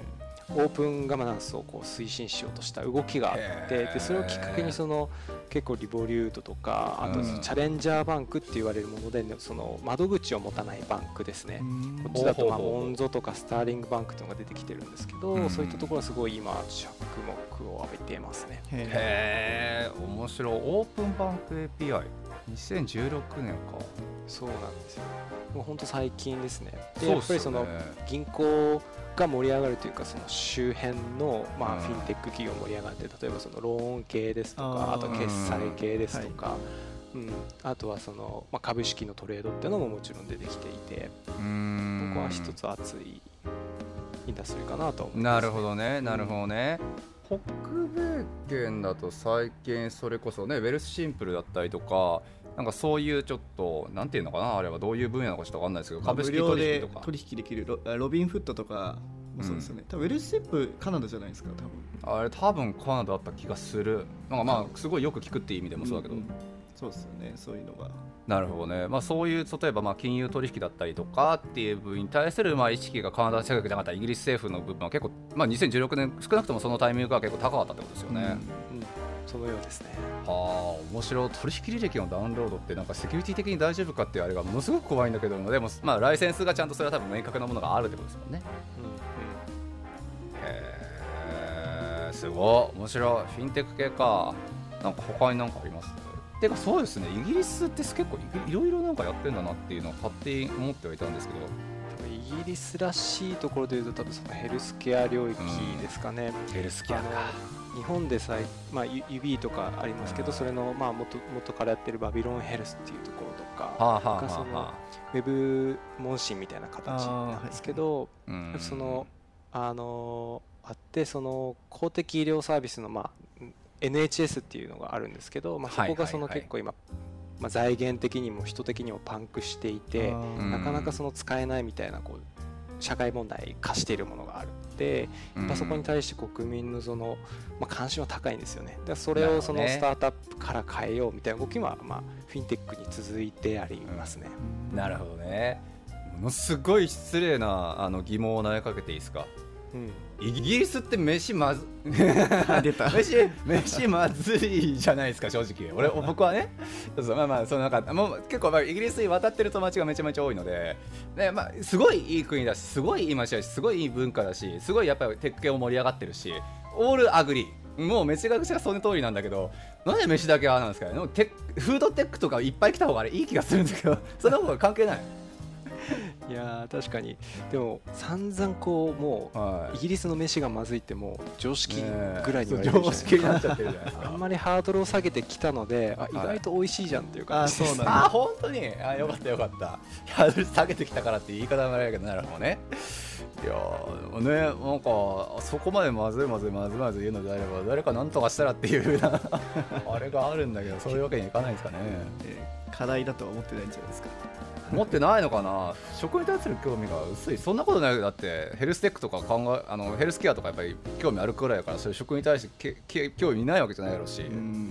オープンガバナンスをこう推進しようとした動きがあって、でそれをきっかけにその結構リボリュートとかあとチャレンジャーバンクって言われるもので、その窓口を持たないバンクですね。こっちだとまあモンゾとかスターリングバンクというのが出てきてるんですけど、そういったところはすごい今着目を浴びていますね。 へー、面白い。オープンバンク エーピーアイにせんじゅうろくねんか。 そうなんですよ。もう本当最近ですね。でやっぱりその銀行が盛り上がるというか、その周辺のまあフィンテック企業盛り上がって、例えばそのローン系ですとか、あと決済系ですとか、うん、あとはそのまあ株式のトレードっていうのももちろん出てきていて、うーん、ここは一つ熱いインダストリーかなと思います、ね。 なるほどね、なるほどね。うん、北米圏だと最近それこそね、ウェルスシンプルだったりとか。なんかそういうちょっとなんていうのかな、あれはどういう分野なのかちょっと分かんないですけど、株式取引とか取引できる ロ, ロビンフットとかもそうですよね、うん、多分ウェルスシップカナダじゃないですか。 多分あれ多分カナダだった気がする。なんかまあすごいよく聞くっていう意味でもそうだけど、うんうん、 そうですよね、そういうのが。 なるほどね。まあ、そういう例えばまあ金融取引だったりとかっていう部分に対するまあ意識がカナダ政府じゃなかったイギリス政府の部分は結構、まあ、にせんじゅうろくねん少なくともそのタイミングが結構高かったってことですよね。うんうん、 そのようですね。 はあ、面白い。取引履歴のダウンロードってなんかセキュリティ的に大丈夫かっていうあれがものすごく怖いんだけども、でもまあライセンスがちゃんとそれは多分明確なものがあるってことですもんね。うんうん、へえ、すごい面白い。フィンテック系か。なんか他に何かあります？てかそうですね、イギリスって結構いろいろなんかやってんだなっていうのを勝手に思ってはいたんですけど、 イギリスらしいところでいうと多分そのヘルスケア領域ですかね。 うん、ヘルスケアか。 日本でさえ、まあ、指とかありますけど、それのまあ 元, 元からやってるバビロンヘルスっていうところとか、 はあはあはあ、 そのウェブ問診みたいな形なんですけど、はい、そのあのあってその公的医療サービスの、まあ、エヌエイチエス っていうのがあるんですけど、まあ、そこがその結構今、まあ、財源的にも人的にもパンクしていて、なかなかその使えないみたいなこう社会問題化しているものがあるので、やっぱそこに対して国民のその、まあ、関心は高いんですよね。でそれをそのスタートアップから変えようみたいな動きは、まあ、フィンテックに続いてありますね。 うん、なるほどね。ものすごい失礼なあの疑問を投げかけていいですか？うん、イギリスって飯まず出た飯, 飯まずいじゃないですか、正直。俺僕はね、そうまあまあそのなんかもう結構まあイギリスに渡ってる友達がめちゃめちゃ多いので、でまあすごいいい国だし、すごいいい街だし、すごいいい文化だし、すごいやっぱりテック系も盛り上がってるし、オールアグリー。もうめちゃくちゃその通りなんだけど、なんで飯だけはなんですかね。テフードテックとかいっぱい来た方があれいい気がするんですけど、そんなこと関係ない。 いや確かに。でも散々こうもう、はい、イギリスの飯がまずいってもう常識ぐらいに言われてるじゃないですか。 常識になっちゃってるじゃないですか。 あんまりハードルを下げてきたので、あ意外と美味しいじゃんっていう感じです。 あ、そうなんだ。あ、本当に。あ、よかったよかった。ハードル下げてきたからって言い方もあれだけど、なるほどね。いやでもね、なんかそこまでまずいまずいまずいまずい言うのであれば誰か何とかしたらっていう風なあれがあるんだけど、そういうわけにいかないですかね。 えー、課題だとは思ってないんじゃないですか。 持ってないのかな。食に対する興味が薄い。そんなことない。だってヘルステックとか考えあのヘルスケアとかやっぱり興味あるくらいだから、そういう食に対してけけ興味ないわけじゃないだろうし。うん、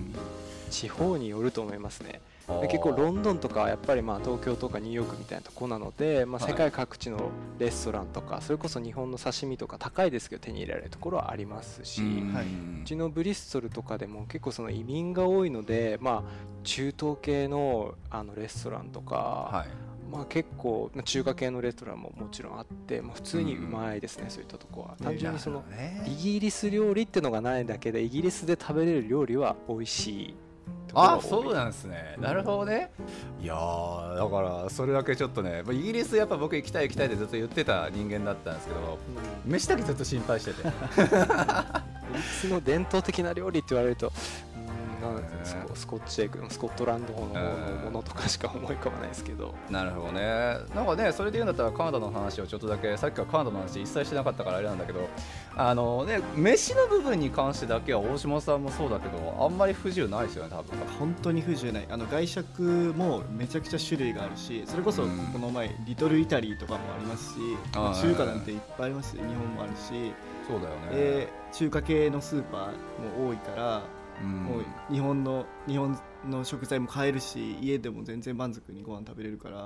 地方によると思いますね。結構ロンドンとかはやっぱりまあ東京とかニューヨークみたいなとこなので、まあ、世界各地のレストランとかそれこそ日本の刺身とか高いですけど手に入れられるところはありますし、うちのブリストルとかでも結構その移民が多いので、まあ、中東系のあのレストランとか、はい、まあ、結構中華系のレストランももちろんあって、まあ、普通にうまいですね、うん、そういったところは。単純にそのイギリス料理っていうのがないだけでイギリスで食べれる料理は美味しい。 あ、そうなんですね。なるほどね。いやー、だからそれだけちょっとね、イギリスやっぱ僕行きたい行きたいってずっと言ってた人間だったんですけど、うん、飯だけずっと心配しててイギリスの伝統的な料理って言われると、スコ、スコッチエッグのスコットランドのものとかしか思い浮かばないですけど。 なるほどね。なんかね、それで言うんだったらカナダの話をちょっとだけ、さっきはカナダの話一切してなかったからあれなんだけど、あのね、飯の部分に関してだけは大島さんもそうだけどあんまり不自由ないですよね、多分。 本当に不自由ない。あの外食もめちゃくちゃ種類があるし、それこそこの前、うん、リトルイタリーとかもありますし、中華なんていっぱいありますし、日本もあるし、 そうだよね。 で中華系のスーパーも多いから、うん、もう日本の日本の食材も買えるし、家でも全然満足にご飯食べれるから、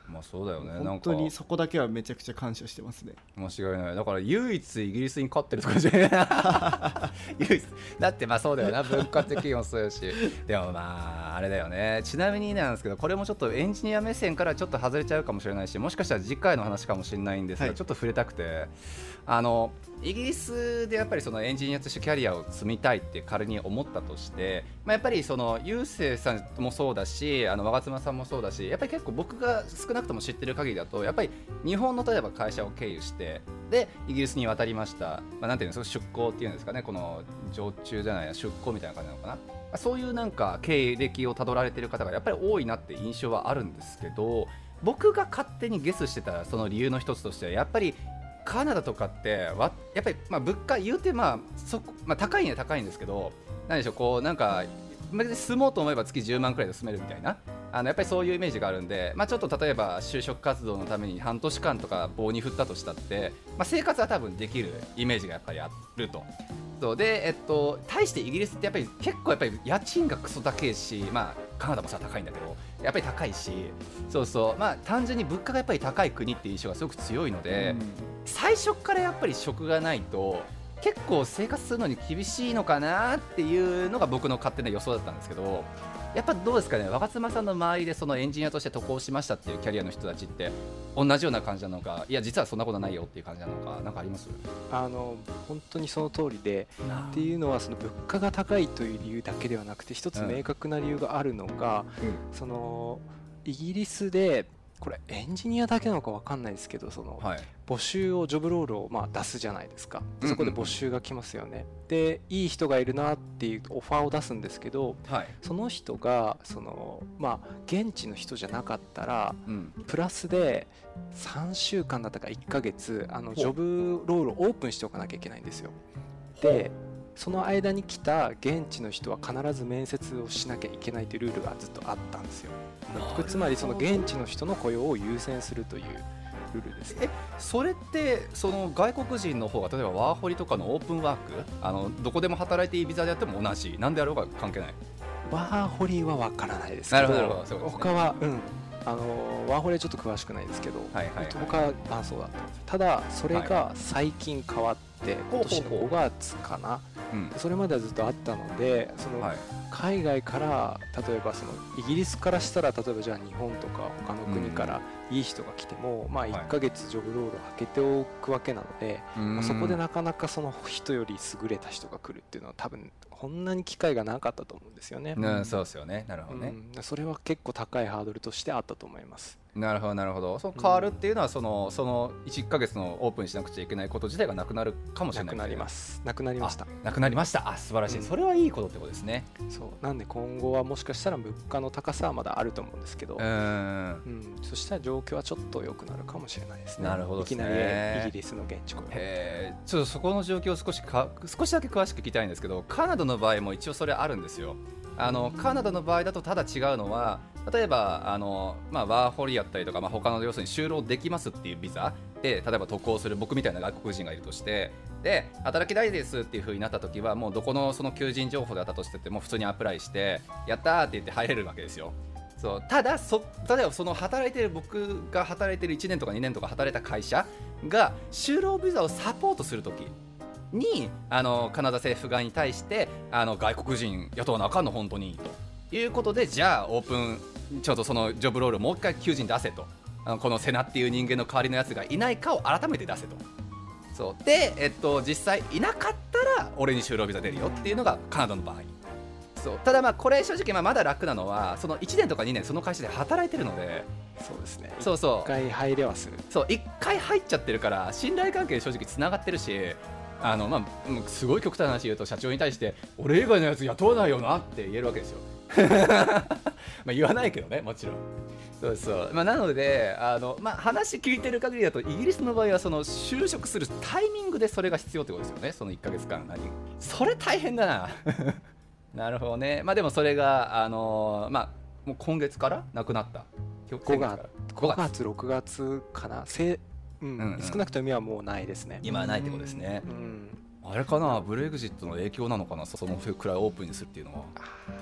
まあそうだよね。 本当にそこだけはめちゃくちゃ感謝してますね。 間違いない。だから唯一イギリスに勝ってるとかじゃない唯一だってまあそうだよな、文化的にもそうやしでもまああれだよね。ちなみになんですけど、これもちょっとエンジニア目線からちょっと外れちゃうかもしれないし、もしかしたら次回の話かもしれないんですが、はい、ちょっと触れたくて、あのイギリスでやっぱりそのエンジニアとしてキャリアを積みたいって仮に思ったとして、まあ、やっぱりそのゆうせいさんもそうだし、あの我妻さんもそうだし、やっぱり結構僕が少なくとも知ってる限りだと、やっぱり日本の例えば会社を経由してでイギリスに渡りました、まあ、なんていうんですか、出向っていうんですかね、この常駐じゃないや出向みたいな感じなのかな、そういうなんか経歴をたどられている方がやっぱり多いなって印象はあるんですけど、僕が勝手にゲスしてたその理由の一つとしては、やっぱりカナダとかってわやっぱりまあ物価言うてまあそこ、まあ、高いには高いんですけど、何でしょう、こうなんか住もうと思えば月じゅうまんくらいで住めるみたいな、あのやっぱりそういうイメージがあるんで、まあ、ちょっと例えば就職活動のために半年間とか棒に振ったとしたって、まあ、生活は多分できるイメージがやっぱりあると。そうで、えっと、対してイギリスってやっぱり結構やっぱり家賃がクソ高いし、まあ、カナダもさ高いんだけどやっぱり高いし、そうそう、まあ、単純に物価がやっぱり高い国っていう印象がすごく強いので、うん、最初からやっぱり職がないと結構生活するのに厳しいのかなっていうのが僕の勝手な予想だったんですけど、やっぱどうですかね、若妻さんの周りでそのエンジニアとして渡航しましたっていうキャリアの人たちって同じような感じなのか、いや実はそんなことないよっていう感じなのか、なんかあります？ あの本当にその通りで、っていうのはその物価が高いという理由だけではなくて、一つ明確な理由があるのが、うん、そのイギリスでこれエンジニアだけなのか分かんないですけど、その、はい、募集をジョブロールをまあ出すじゃないですか。そこで募集が来ますよね、うんうんうん、でいい人がいるなっていうオファーを出すんですけど、はい、その人がその、まあ、現地の人じゃなかったら、うん、プラスでさんしゅうかんだったかいっかげつあのジョブロールをオープンしておかなきゃいけないんですよ。でその間に来た現地の人は必ず面接をしなきゃいけないというルールがずっとあったんですよ。つまりその現地の人の雇用を優先するというルールですね。 えそれってその外国人の方が例えばワーホリとかのオープンワーク、あのどこでも働いていいビザでやっても同じなんであろうが関係ない？ ワーホリは分からないですけど、なるほど、そうですね、他は、うん、あのワーホリはちょっと詳しくないですけど、はいはいはい、他はあそうだったんです。ただそれが最近変わって、はい、今年のごがつかな、うん、それまではずっとあったので、その、はい、海外から例えばそのイギリスからしたら、例えばじゃあ日本とか他の国からいい人が来ても、うん、まあいっかげつジョブロールを開けておくわけなので、はい、まあ、そこでなかなかその人より優れた人が来るっていうのは多分こんなに機会がなかったと思うんですよね。 うん、そうですよね。なるほどね、 うん、それは結構高いハードルとしてあったと思います。 なるほどなるほど。その変わるっていうのは、その、そのいっかげつのオープンしなくちゃいけないこと自体がなくなるかもしれない。 なくなります。なくなりました。 なくなりました。あ、素晴らしい、うん、それはいいことってことですね。 そうなんで今後はもしかしたら物価の高さはまだあると思うんですけど、うん、うん、そしたら状況はちょっと良くなるかもしれないですね。 なるほどですね。 いきなりイギリスの現地雇用。 へー、ちょっとそこの状況を少しか少しだけ詳しく聞きたいんですけど、カナダの場合も一応それあるんですよ。あのカナダの場合だとただ違うのは、例えばあの、まあ、ワーホリやったりとか、まあ、他の要するに就労できますっていうビザで、例えば渡航する僕みたいな外国人がいるとして、で働きたいですっていう風になった時は、もうどこのその求人情報であったとしてても普通にアプライしてやったーって言って入れるわけですよ。そうただそ例えばその働いてる僕が働いてるいちねんとかにねんとか働いた会社が就労ビザをサポートする時に、あのカナダ政府側に対して、あの外国人雇わなあかんの本当にということで、じゃあオープンちょっとそのジョブロールをもう一回求人出せと、あのこのセナっていう人間の代わりのやつがいないかを改めて出せと。そうで、えっと、実際いなかったら俺に就労ビザ出るよっていうのがカナダの場合。そうただまあこれ正直まあまだ楽なのは、そのいちねんとかにねんその会社で働いてるので。 そうですね。 そうそう、 いっかい入れはする。 そういっかい入っちゃってるから信頼関係正直つながってるし、あの、まあ、すごい極端な話言うと社長に対して俺以外のやつ雇わないよなって言えるわけですよまあ言わないけどね、もちろん。そうそう、まあ、なのであの、まあ、話聞いてる限りだとイギリスの場合はその就職するタイミングでそれが必要ってことですよね。そのいっかげつかん何それ大変だななるほどね。まあでもそれがあのー、まあもう今月からなくなったごがつごがつろくがつかな、せ、うんうんうん、少なくとも今はもうないですね。 今はないってことですね、うん、あれかな、ブレグジットの影響なのかな、そのくらいオープンにするっていうのは。 あ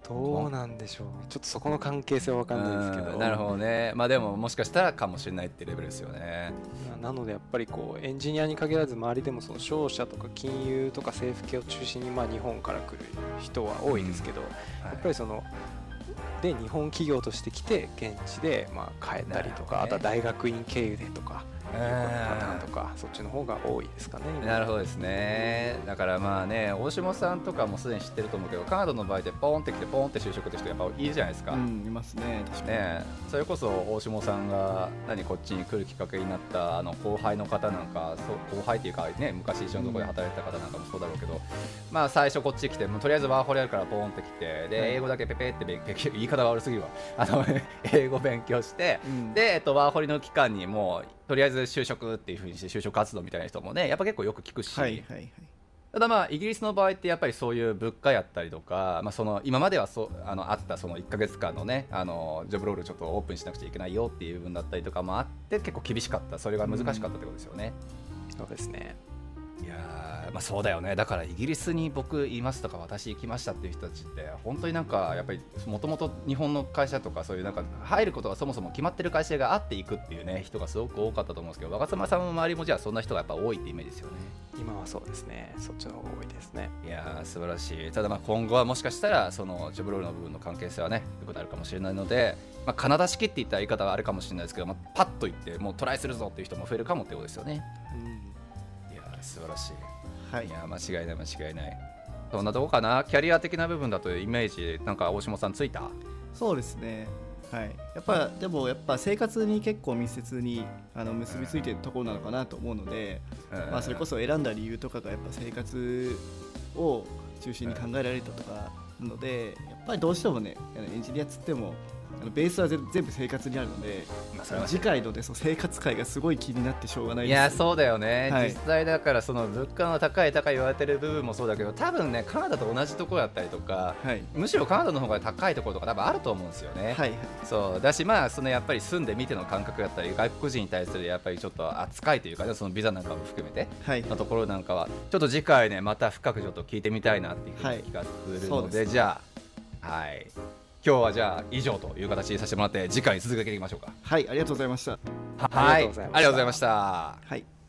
どうなんでしょう、ちょっとそこの関係性は分かんないですけど。 なるほどね。まあでももしかしたらかもしれないってレベルですよね。 なのでやっぱりこうエンジニアに限らず周りでもその商社とか金融とか政府系を中心にまあ日本から来る人は多いですけど、うんはい、やっぱりそので日本企業として来て現地でまあ変えたりとか、ね、あとは大学院経由でとかいうパターンとか、そっちの方が多いですかね。 なるほどですね。だからまあね、大下さんとかもすでに知ってると思うけど、カナダの場合でポーンってきてポーンって就職って人やっぱいるじゃないですか。 うん、いますね。確かにね。それこそ大下さんが何こっちに来るきっかけになったあの後輩の方なんか、そう後輩っていうかね、昔一緒のところで働いてた方なんかもそうだろうけど、うん、まあ最初こっち来てもうとりあえずワーホリあるからポーンって来て、で、はい、英語だけペペって勉強、言い方が悪すぎるわ。あの英語勉強して、うん、でえっとワーホリの期間にもうとりあえず就職っていう風にして就職活動みたいな人もねやっぱ結構よく聞くし、はいはいはい、ただまあイギリスの場合ってやっぱりそういう物価やったりとか、まあ、その今まではそあのあったそのいっかげつかんのねあのジョブロールちょっとオープンしなくちゃいけないよっていう部分だったりとかもあって結構厳しかった、それが難しかったってことですよね、 うん、そうですね。 いやまあ、そうだよね。だからイギリスに僕いますとか私行きましたっていう人たちって本当になんかやっぱりもともと日本の会社とかそういうなんか入ることがそもそも決まってる会社があっていくっていうね人がすごく多かったと思うんですけど、若妻さんの周りもじゃあそんな人がやっぱ多いってイメージですよね。 今はそうですね、そっちの方が多いですね。 いや素晴らしい。ただまあ今後はもしかしたらそのジョブロールの部分の関係性はね良くなるかもしれないので、まあ、カナダ式って言った言い方はあるかもしれないですけど、まあ、パッと言ってもうトライするぞっていう人も増えるかもってことですよね、うん、いや素晴らしい。はい、いや間違いない間違いない。そんなとこかな。キャリア的な部分だとイメージなんか大下さんついた？ そうですね、はい、やっぱでもやっぱ生活に結構密接にあの結びついているところなのかなと思うので、まあ、それこそ選んだ理由とかがやっぱ生活を中心に考えられたとかなので、やっぱりどうしてもねエンジニアつってもあのベースは全部生活にあるので、まあ、次回の、ね、その生活界がすごい気になってしょうがないです。 いやそうだよね、はい、実際だからその物価の高い高い言われてる部分もそうだけど、多分ねカナダと同じところだったりとか、はい、むしろカナダの方が高いところとか多分あると思うんですよね、はいはい、そうだし、まあそのやっぱり住んでみての感覚だったり外国人に対するやっぱりちょっと扱いというか、ね、そのビザなんかも含めてのところなんかはちょっと次回ねまた深くちょっと聞いてみたいなっていうふうに気がするので、はい、じゃあはい今日はじゃあ以上という形にさせてもらって次回続けていきましょうか。 はい、ありがとうございました。 はい、ありがとうございました。 はい。